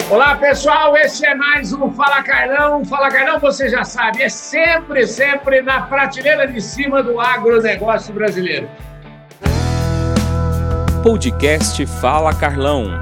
Olá, pessoal, esse é mais um Fala Carlão. Fala Carlão, você já sabe, é sempre na prateleira de cima do agronegócio brasileiro. Podcast Fala Carlão.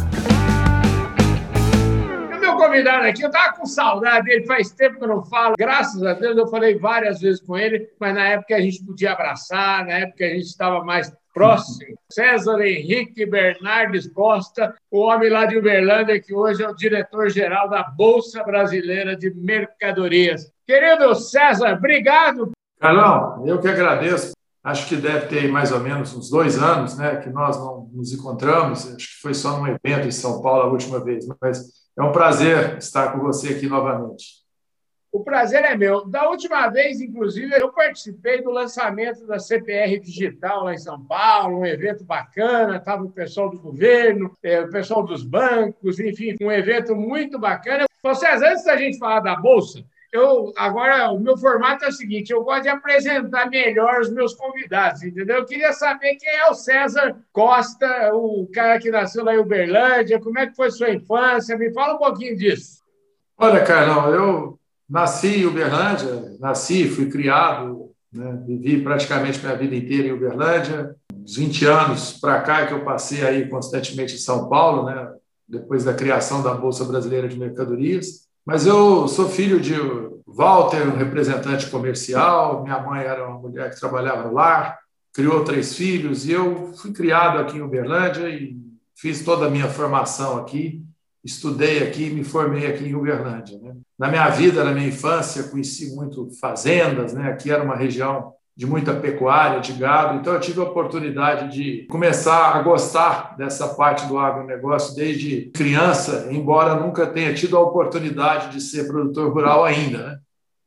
O meu convidado aqui, eu estava com saudade dele, faz tempo que eu não falo. Graças a Deus, eu falei várias vezes com ele, mas na época a gente podia abraçar, na época a gente estava mais próximo. César Henrique Bernardes Costa, o homem lá de Uberlândia, que hoje é o diretor-geral da Bolsa Brasileira de Mercadorias. Querido César, obrigado. Carlão, eu que agradeço. Acho que deve ter mais ou menos uns 2 anos, né, que nós não nos encontramos. Acho que foi só num evento em São Paulo a última vez, mas é um prazer estar com você aqui novamente. O prazer é meu. Da última vez, inclusive, eu participei do lançamento da CPR Digital lá em São Paulo, um evento bacana, estava o pessoal do governo, o pessoal dos bancos, enfim, um evento muito bacana. Vocês, antes da gente falar da Bolsa, agora o meu formato é o seguinte, eu gosto de apresentar melhor os meus convidados, entendeu? Eu queria saber quem é o César Costa, o cara que nasceu lá em Uberlândia, como é que foi sua infância? Me fala um pouquinho disso. Olha, Carlão, eu nasci em Uberlândia, fui criado, né, vivi praticamente minha vida inteira em Uberlândia. Uns 20 anos para cá que eu passei aí constantemente em São Paulo, né, depois da criação da Bolsa Brasileira de Mercadorias. Mas eu sou filho de Walter, um representante comercial. Minha mãe era uma mulher que trabalhava no lar, criou 3 filhos, e eu fui criado aqui em Uberlândia e fiz toda a minha formação aqui. Estudei aqui, me formei aqui em Uberlândia, né? Na minha vida, na minha infância, conheci muito fazendas, né? Aqui era uma região de muita pecuária, de gado, então eu tive a oportunidade de começar a gostar dessa parte do agronegócio desde criança, embora nunca tenha tido a oportunidade de ser produtor rural ainda, né?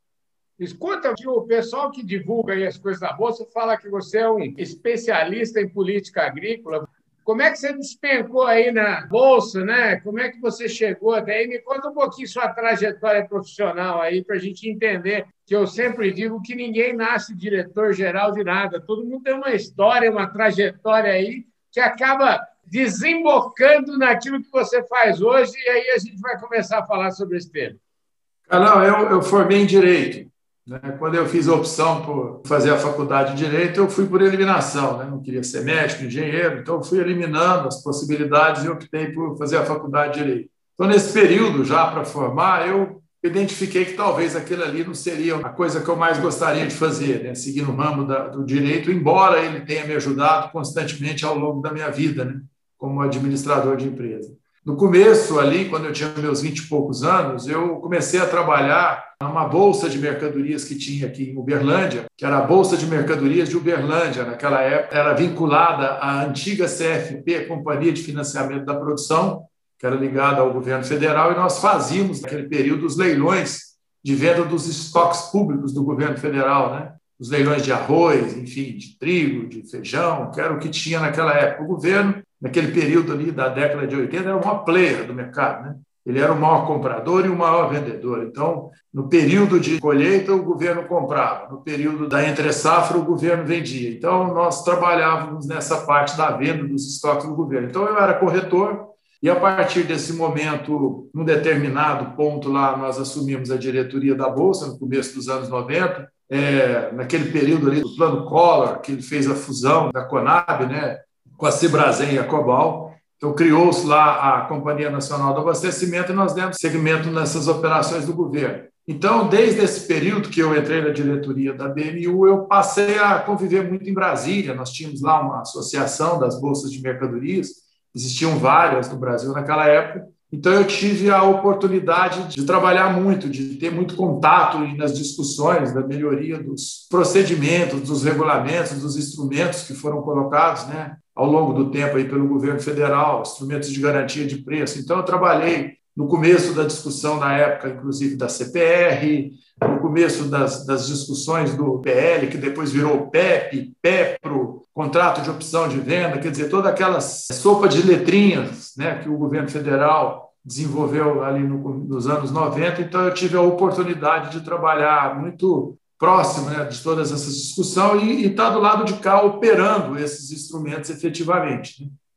Escuta, que o pessoal que divulga aí as coisas da Bolsa fala que você é um especialista em política agrícola. Como é que você despencou aí na Bolsa, né? Como é que você chegou até aí? Me conta um pouquinho sua trajetória profissional aí para a gente entender que eu sempre digo que ninguém nasce diretor-geral de nada. Todo mundo tem uma história, uma trajetória aí que acaba desembocando naquilo que você faz hoje e aí a gente vai começar a falar sobre esse tema. Não, eu formei em Direito. Quando eu fiz a opção por fazer a faculdade de Direito, eu fui por eliminação, né? Não queria ser médico, engenheiro, então eu fui eliminando as possibilidades e optei por fazer a faculdade de Direito. Então, nesse período, já para formar, eu identifiquei que talvez aquilo ali não seria a coisa que eu mais gostaria de fazer, né? Seguir no ramo do Direito, embora ele tenha me ajudado constantemente ao longo da minha vida, né? Como administrador de empresa. No começo, ali, quando eu tinha meus 20 e poucos anos, eu comecei a trabalhar numa bolsa de mercadorias que tinha aqui em Uberlândia, que era a Bolsa de Mercadorias de Uberlândia. Naquela época, era vinculada à antiga CFP, Companhia de Financiamento da Produção, que era ligada ao governo federal, e nós fazíamos, naquele período, os leilões de venda dos estoques públicos do governo federal, né? Os leilões de arroz, enfim, de trigo, de feijão, que era o que tinha naquela época. O governo, naquele período ali da década de 80, era o maior player do mercado, né? Ele era o maior comprador e o maior vendedor. Então, no período de colheita, o governo comprava. No período da entre-safra, o governo vendia. Então, nós trabalhávamos nessa parte da venda dos estoques do governo. Então, eu era corretor e, a partir desse momento, num determinado ponto lá, nós assumimos a diretoria da Bolsa, no começo dos anos 90, naquele período ali do Plano Collor, que ele fez a fusão da Conab, né, com a Cibrasen e a Cobal. Então, criou-se lá a Companhia Nacional do Abastecimento e nós demos seguimento nessas operações do governo. Então, desde esse período que eu entrei na diretoria da BMU, eu passei a conviver muito em Brasília. Nós tínhamos lá uma associação das bolsas de mercadorias, existiam várias no Brasil naquela época. Então, eu tive a oportunidade de trabalhar muito, de ter muito contato nas discussões da melhoria dos procedimentos, dos regulamentos, dos instrumentos que foram colocados, né, ao longo do tempo aí pelo governo federal, instrumentos de garantia de preço. Então, eu trabalhei no começo da discussão, na época, inclusive, da CPR, no começo das discussões do PL, que depois virou PEP, PEPRO, contrato de opção de venda, quer dizer, toda aquela sopa de letrinhas, né, que o governo federal desenvolveu ali nos anos 90. Então, eu tive a oportunidade de trabalhar muito próximo, né, de todas essas discussões e estar do lado de cá operando esses instrumentos efetivamente, né?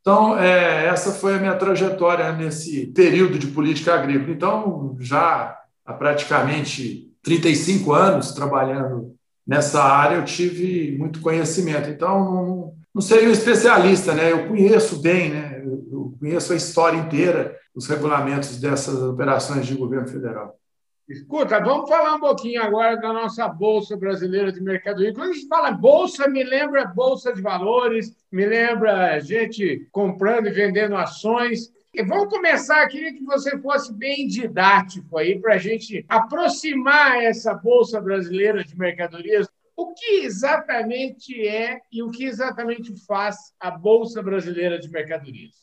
Então, essa foi a minha trajetória nesse período de política agrícola. Então, já há praticamente 35 anos trabalhando nessa área, eu tive muito conhecimento. Então, não seria um especialista, né? Eu conheço bem, né? Eu conheço a história inteira, os regulamentos dessas operações de governo federal. Escuta, vamos falar um pouquinho agora da nossa Bolsa Brasileira de Mercadoria. Quando a gente fala bolsa, me lembra bolsa de valores, me lembra gente comprando e vendendo ações. E vamos começar, queria que você fosse bem didático aí para a gente aproximar essa Bolsa Brasileira de Mercadorias. O que exatamente é e o que exatamente faz a Bolsa Brasileira de Mercadorias?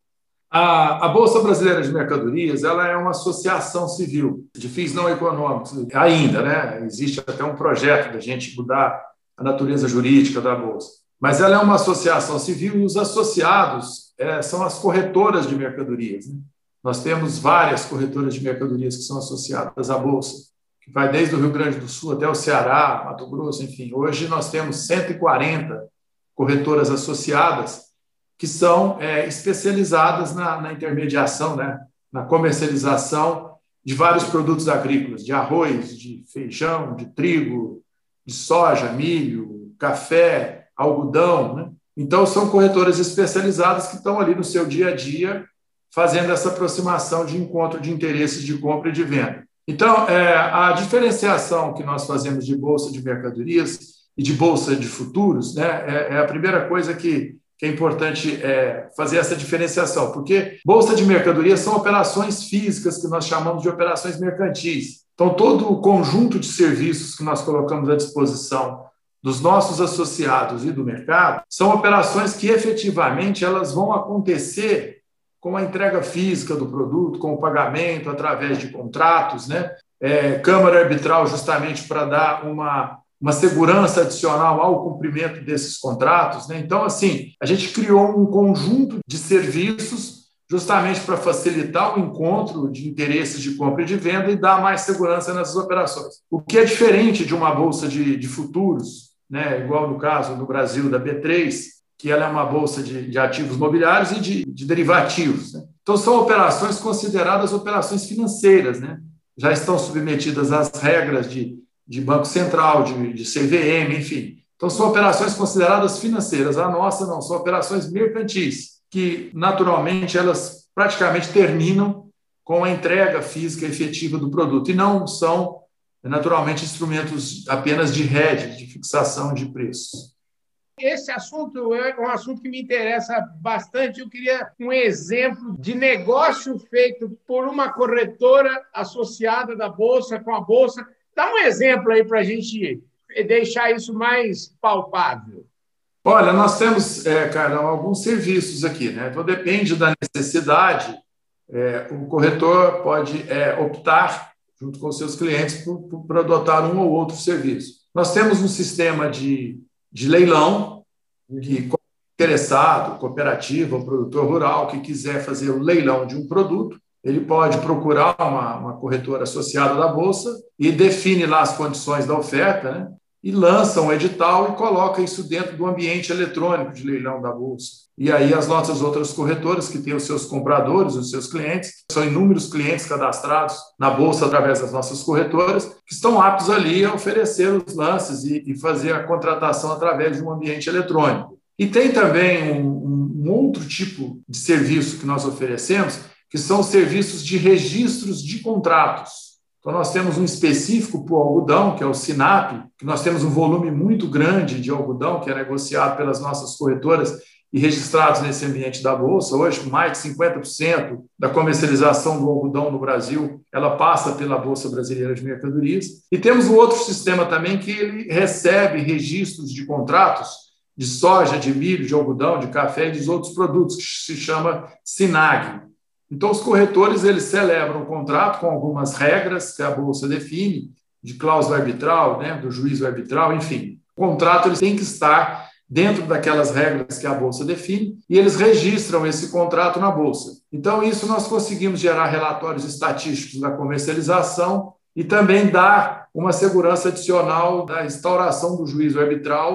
A Bolsa Brasileira de Mercadorias, ela é uma associação civil de fins não econômicos ainda, né? Existe até um projeto da gente mudar a natureza jurídica da Bolsa. Mas ela é uma associação civil e os associados são as corretoras de mercadorias, né? Nós temos várias corretoras de mercadorias que são associadas à Bolsa, que vai desde o Rio Grande do Sul até o Ceará, Mato Grosso, enfim. Hoje nós temos 140 corretoras associadas que são especializadas na intermediação, né, na comercialização de vários produtos agrícolas, de arroz, de feijão, de trigo, de soja, milho, café, algodão, né? Então, são corretoras especializadas que estão ali no seu dia a dia fazendo essa aproximação de encontro de interesses de compra e de venda. Então, a diferenciação que nós fazemos de bolsa de mercadorias e de bolsa de futuros, né, é a primeira coisa que é importante fazer essa diferenciação, porque bolsa de mercadorias são operações físicas que nós chamamos de operações mercantis. Então, todo o conjunto de serviços que nós colocamos à disposição dos nossos associados e do mercado são operações que efetivamente elas vão acontecer com a entrega física do produto, com o pagamento através de contratos, né? Câmara arbitral justamente para dar uma segurança adicional ao cumprimento desses contratos, né? Então, assim, a gente criou um conjunto de serviços justamente para facilitar o encontro de interesses de compra e de venda e dar mais segurança nessas operações. O que é diferente de uma bolsa de futuros, né? Igual no caso do Brasil, da B3, que ela é uma bolsa de ativos mobiliários e de derivativos, né? Então, são operações consideradas operações financeiras, né? Já estão submetidas às regras de Banco Central, de CVM, enfim. Então, são operações consideradas financeiras. A nossa não, são operações mercantis, que, naturalmente, elas praticamente terminam com a entrega física efetiva do produto e não são, naturalmente, instrumentos apenas de hedge, de fixação de preços. Esse assunto é um assunto que me interessa bastante. Eu queria um exemplo de negócio feito por uma corretora associada da Bolsa com a Bolsa. Dá um exemplo aí para a gente deixar isso mais palpável. Olha, nós temos, Carlão, alguns serviços aqui, né? Então, depende da necessidade, o corretor pode optar, junto com os seus clientes, por adotar um ou outro serviço. Nós temos um sistema de leilão, que interessado, cooperativa, ou produtor rural, que quiser fazer o leilão de um produto, ele pode procurar uma corretora associada da Bolsa e define lá as condições da oferta, né? E lança um edital e coloca isso dentro do ambiente eletrônico de leilão da Bolsa. E aí as nossas outras corretoras, que têm os seus compradores, os seus clientes, são inúmeros clientes cadastrados na Bolsa através das nossas corretoras, que estão aptos ali a oferecer os lances e fazer a contratação através de um ambiente eletrônico. E tem também um outro tipo de serviço que nós oferecemos, que são os serviços de registros de contratos. Então, nós temos um específico para o algodão, que é o SINAP, que nós temos um volume muito grande de algodão, que é negociado pelas nossas corretoras e registrados nesse ambiente da Bolsa. Hoje, mais de 50% da comercialização do algodão no Brasil, ela passa pela Bolsa Brasileira de Mercadorias. E temos um outro sistema também que ele recebe registros de contratos de soja, de milho, de algodão, de café e dos outros produtos, que se chama SINAG. Então, os corretores eles celebram um contrato com algumas regras que a Bolsa define, de cláusula arbitral, né, do juízo arbitral, enfim. O contrato ele tem que estar dentro daquelas regras que a Bolsa define e eles registram esse contrato na Bolsa. Então, isso nós conseguimos gerar relatórios estatísticos da comercialização e também dar uma segurança adicional da instauração do juízo arbitral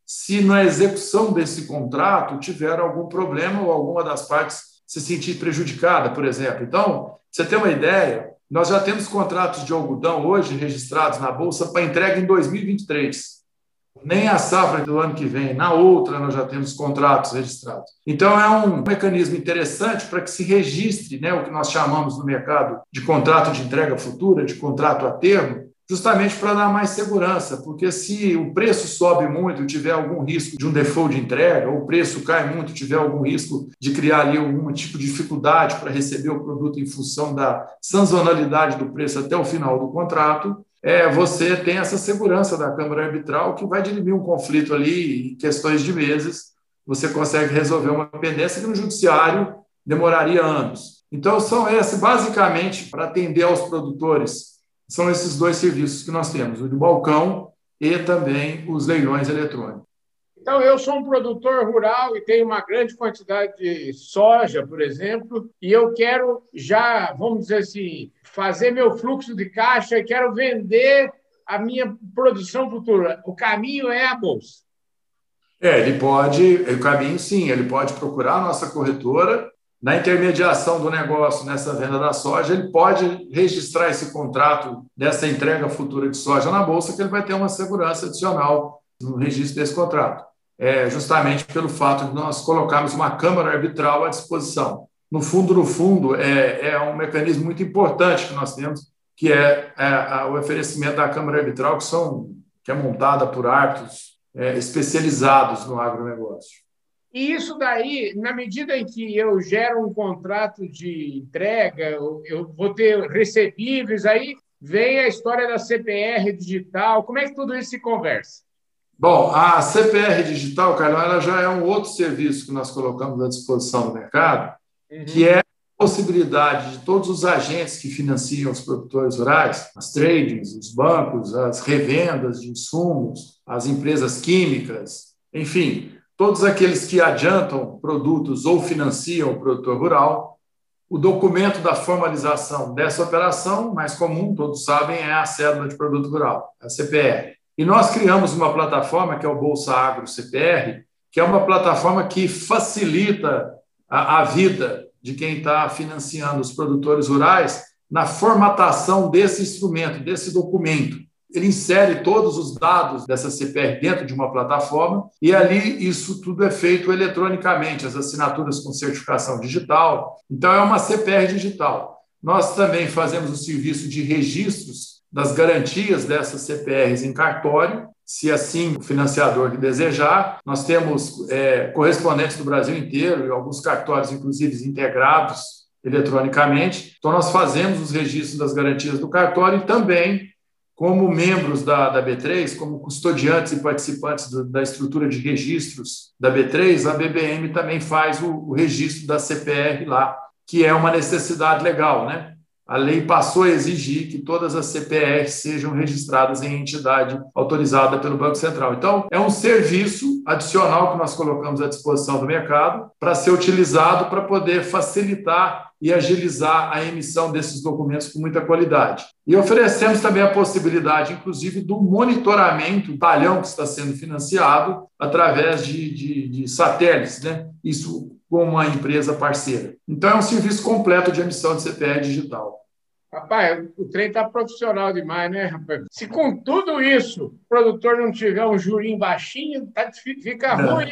se na execução desse contrato tiver algum problema ou alguma das partes se sentir prejudicada, por exemplo. Então, você tem uma ideia, nós já temos contratos de algodão hoje registrados na Bolsa para entrega em 2023. Nem a safra do ano que vem, na outra nós já temos contratos registrados. Então, é um mecanismo interessante para que se registre, né, o que nós chamamos no mercado de contrato de entrega futura, de contrato a termo, justamente para dar mais segurança, porque se o preço sobe muito e tiver algum risco de um default de entrega, ou o preço cai muito e tiver algum risco de criar ali algum tipo de dificuldade para receber o produto em função da sazonalidade do preço até o final do contrato, você tem essa segurança da Câmara Arbitral que vai dirimir um conflito ali em questões de meses, você consegue resolver uma pendência que no judiciário demoraria anos. Então, são esses, basicamente, para atender aos produtores, são esses dois serviços que nós temos, o de balcão e também os leilões eletrônicos. Então, eu sou um produtor rural e tenho uma grande quantidade de soja, por exemplo, e eu quero já, vamos dizer assim, fazer meu fluxo de caixa e quero vender a minha produção futura. O caminho é a Bolsa. O caminho sim, ele pode procurar a nossa corretora. Na intermediação do negócio, nessa venda da soja, ele pode registrar esse contrato dessa entrega futura de soja na Bolsa, que ele vai ter uma segurança adicional no registro desse contrato. Justamente pelo fato de nós colocarmos uma câmara arbitral à disposição. No fundo, é um mecanismo muito importante que nós temos, que é o oferecimento da câmara arbitral, que é montada por árbitros especializados no agronegócio. E isso daí, na medida em que eu gero um contrato de entrega, eu vou ter recebíveis, aí vem a história da CPR digital. Como é que tudo isso se conversa? Bom, a CPR digital, Carlão, ela já é um outro serviço que nós colocamos à disposição do mercado, que é a possibilidade de todos os agentes que financiam os produtores rurais, as tradings, os bancos, as revendas de insumos, as empresas químicas, enfim, todos aqueles que adiantam produtos ou financiam o produtor rural. O documento da formalização dessa operação, mais comum, todos sabem, é a cédula de produto rural, a CPR. E nós criamos uma plataforma, que é o Bolsa Agro CPR, que é uma plataforma que facilita a vida de quem está financiando os produtores rurais na formatação desse instrumento, desse documento. Ele insere todos os dados dessa CPR dentro de uma plataforma e ali isso tudo é feito eletronicamente, as assinaturas com certificação digital. Então, é uma CPR digital. Nós também fazemos o serviço de registros das garantias dessas CPRs em cartório, se assim o financiador que desejar. Nós temos correspondentes do Brasil inteiro e alguns cartórios, inclusive, integrados eletronicamente. Então, nós fazemos os registros das garantias do cartório e também, como membros da B3, como custodiantes e participantes da estrutura de registros da B3, a BBM também faz o registro da CPR lá, que é uma necessidade legal, né? A lei passou a exigir que todas as CPRs sejam registradas em entidade autorizada pelo Banco Central. Então, é um serviço adicional que nós colocamos à disposição do mercado para ser utilizado para poder facilitar e agilizar a emissão desses documentos com muita qualidade. E oferecemos também a possibilidade, inclusive, do monitoramento do talhão que está sendo financiado através de satélites, né? Isso com uma empresa parceira. Então, é um serviço completo de emissão de CPR digital. Rapaz, o trem está profissional demais, né, rapaz? Se com tudo isso o produtor não tiver um jurinho baixinho, fica ruim.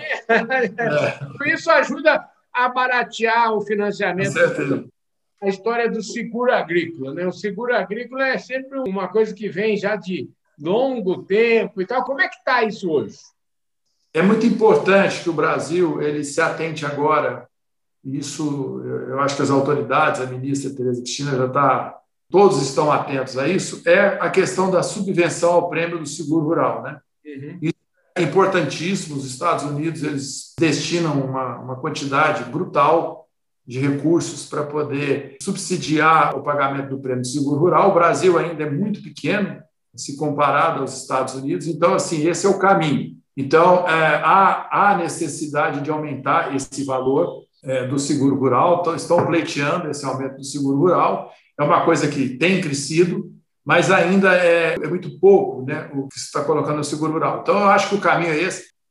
Isso ajuda a baratear o financiamento. A história do seguro agrícola, né? O seguro agrícola é sempre uma coisa que vem já de longo tempo e tal. Como é que está isso hoje? É muito importante que o Brasil ele se atente agora, isso eu acho que as autoridades, a ministra Tereza Cristina já está, todos estão atentos a isso, é a questão da subvenção ao prêmio do seguro rural, né? Isso é importantíssimo. Os Estados Unidos eles destinam uma quantidade brutal de recursos para poder subsidiar o pagamento do prêmio do seguro rural. O Brasil ainda é muito pequeno se comparado aos Estados Unidos, então assim esse é o caminho. Então, há necessidade de aumentar esse valor do seguro rural, então, estão pleiteando esse aumento do seguro rural, é uma coisa que tem crescido, mas ainda é muito pouco, né, o que se está colocando no seguro rural. Então, eu acho que o caminho é esse.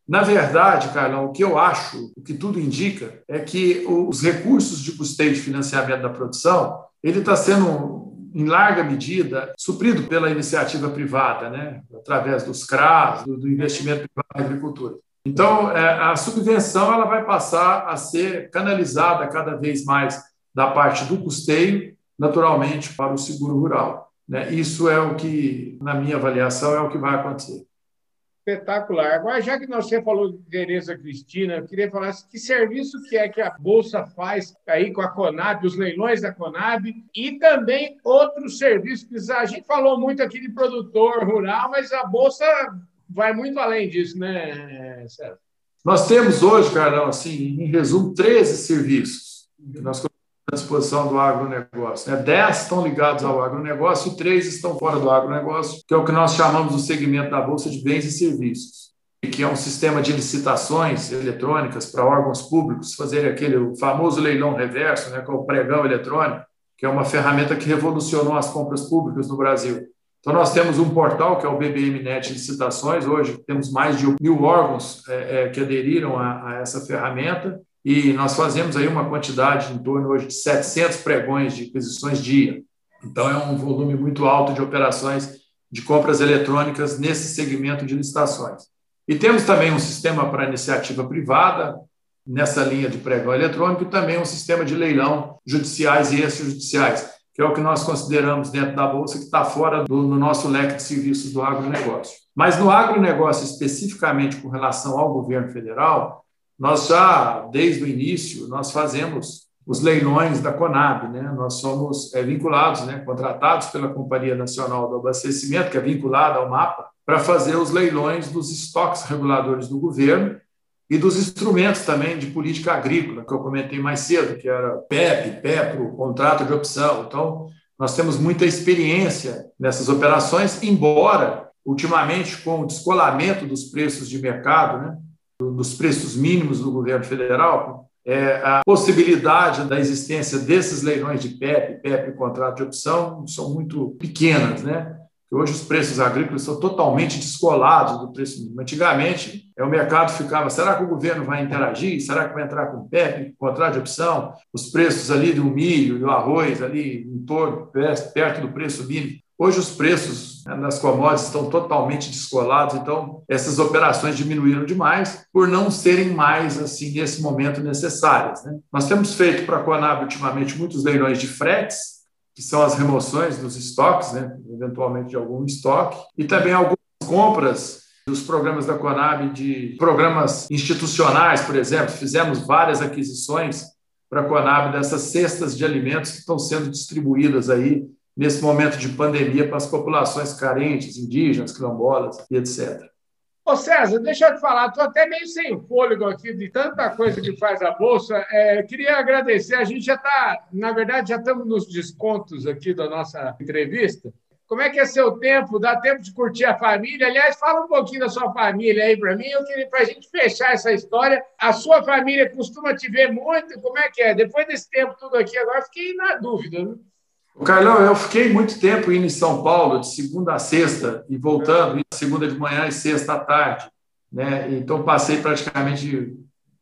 Na verdade, Carlão, o que eu acho, o que tudo indica, é que os recursos de custeio de financiamento da produção, ele está sendo, em larga medida, suprido pela iniciativa privada, né? Através dos CRAs, do investimento privado na agricultura. Então, a subvenção ela vai passar a ser canalizada cada vez mais da parte do custeio, naturalmente, para o seguro rural, né? Isso é o que, na minha avaliação, é o que vai acontecer. Espetacular. Agora, já que você falou de Tereza Cristina, eu queria falar que serviço que é que a Bolsa faz aí com a Conab, os leilões da Conab, e também outros serviços. A gente falou muito aqui de produtor rural, mas a Bolsa vai muito além disso, né, César? Nós temos hoje, Carlão, assim, em resumo, 13 serviços que nós colocamos à disposição do agronegócio, né? 10 estão ligados ao agronegócio e 3 estão fora do agronegócio, que é o que nós chamamos do segmento da Bolsa de Bens e Serviços, que é um sistema de licitações eletrônicas para órgãos públicos fazerem aquele famoso leilão reverso, né, que é o pregão eletrônico, que é uma ferramenta que revolucionou as compras públicas no Brasil. Então, nós temos um portal, que é o BBMnet Licitações. Hoje, temos mais de 1.000 órgãos que aderiram a essa ferramenta e nós fazemos aí uma quantidade em torno hoje de 700 pregões de aquisições dia. Então, é um volume muito alto de operações de compras eletrônicas nesse segmento de licitações. E temos também um sistema para iniciativa privada, nessa linha de pregão eletrônico, e também um sistema de leilão judiciais e extrajudiciais, que é o que nós consideramos dentro da Bolsa, que está fora do nosso leque de serviços do agronegócio. Mas no agronegócio, especificamente com relação ao governo federal, nós já, desde o início, nós fazemos os leilões da Conab, né? Nós somos vinculados, né, contratados pela Companhia Nacional do Abastecimento, que é vinculada ao MAPA, para fazer os leilões dos estoques reguladores do governo e dos instrumentos também de política agrícola, que eu comentei mais cedo, que era PEP, PEPRO, contrato de opção. Então, nós temos muita experiência nessas operações, embora, ultimamente, com o descolamento dos preços de mercado, né, dos preços mínimos do governo federal, a possibilidade da existência desses leilões de PEP, PEP e contrato de opção são muito pequenas, né? Hoje os preços agrícolas são totalmente descolados do preço mínimo. Antigamente, o mercado ficava, será que o governo vai interagir? Será que vai entrar com PEP, contrato de opção? Os preços ali do milho e do arroz, ali em torno, perto do preço mínimo. Hoje os preços das commodities estão totalmente descolados, então essas operações diminuíram demais por não serem mais, assim, nesse momento necessárias, né? Nós temos feito para a Conab ultimamente muitos leilões de fretes, que são as remoções dos estoques, né, eventualmente de algum estoque, e também algumas compras dos programas da Conab, de programas institucionais, por exemplo. Fizemos várias aquisições para a Conab dessas cestas de alimentos que estão sendo distribuídas aí nesse momento de pandemia para as populações carentes, indígenas, quilombolas e etc. Ô César, deixa eu te falar, estou até meio sem fôlego aqui de tanta coisa que faz a Bolsa. Queria agradecer, a gente já está, na verdade, já estamos nos descontos aqui da nossa entrevista. Como é que é seu tempo? Dá tempo de curtir a família? Aliás, fala um pouquinho da sua família aí para mim. Eu queria, para a gente fechar essa história, a sua família costuma te ver muito? Como é que é? Depois desse tempo tudo aqui, agora fiquei na dúvida, né? Carlão, eu fiquei muito tempo indo em São Paulo, de segunda a sexta, e voltando, segunda de manhã e sexta à tarde, né? Então, passei praticamente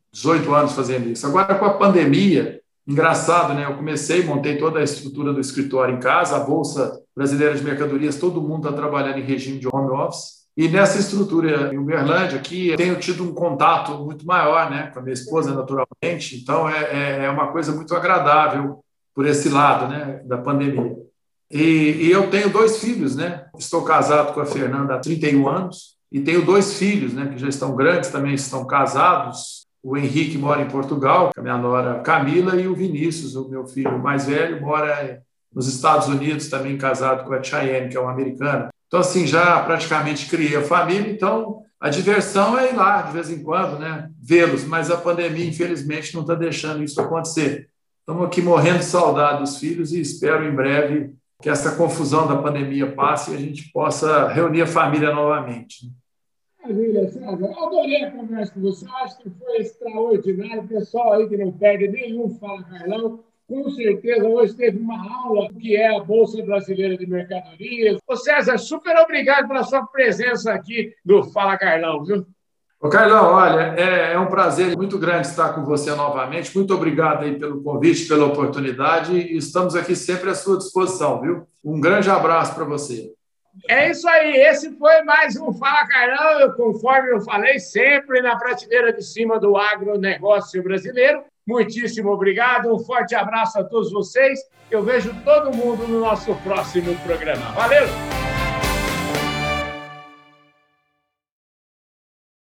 18 anos fazendo isso. Agora, com a pandemia, engraçado, né? Eu montei toda a estrutura do escritório em casa, a Bolsa Brasileira de Mercadorias, todo mundo está trabalhando em regime de home office. E nessa estrutura em Uberlândia, aqui, eu tenho tido um contato muito maior, né, com a minha esposa, naturalmente. Então, é uma coisa muito agradável por esse lado, né, da pandemia. E eu tenho 2 filhos, né? Estou casado com a Fernanda há 31 anos e tenho 2 filhos, né, que já estão grandes, também estão casados. O Henrique mora em Portugal, com a minha nora Camila, e o Vinícius, o meu filho mais velho, mora nos Estados Unidos, também casado com a Cheyenne, que é uma americana. Então, assim, já praticamente criei a família, então a diversão é ir lá de vez em quando, né, vê-los, mas a pandemia, infelizmente, não está deixando isso acontecer. Estamos aqui morrendo de saudade dos filhos e espero em breve que essa confusão da pandemia passe e a gente possa reunir a família novamente. Maravilha, César. Adorei a conversa com você. Acho que foi extraordinário. O pessoal aí que não perde nenhum Fala Carlão, com certeza hoje teve uma aula do que é a Bolsa Brasileira de Mercadorias. Ô César, super obrigado pela sua presença aqui no Fala Carlão, viu? Ô, Carlão, olha, é um prazer muito grande estar com você novamente. Muito obrigado aí pelo convite, pela oportunidade. E estamos aqui sempre à sua disposição, viu? Um grande abraço para você. É isso aí, esse foi mais um Fala Carlão, conforme eu falei, sempre na prateleira de cima do agronegócio brasileiro. Muitíssimo obrigado, um forte abraço a todos vocês. Eu vejo todo mundo no nosso próximo programa. Valeu!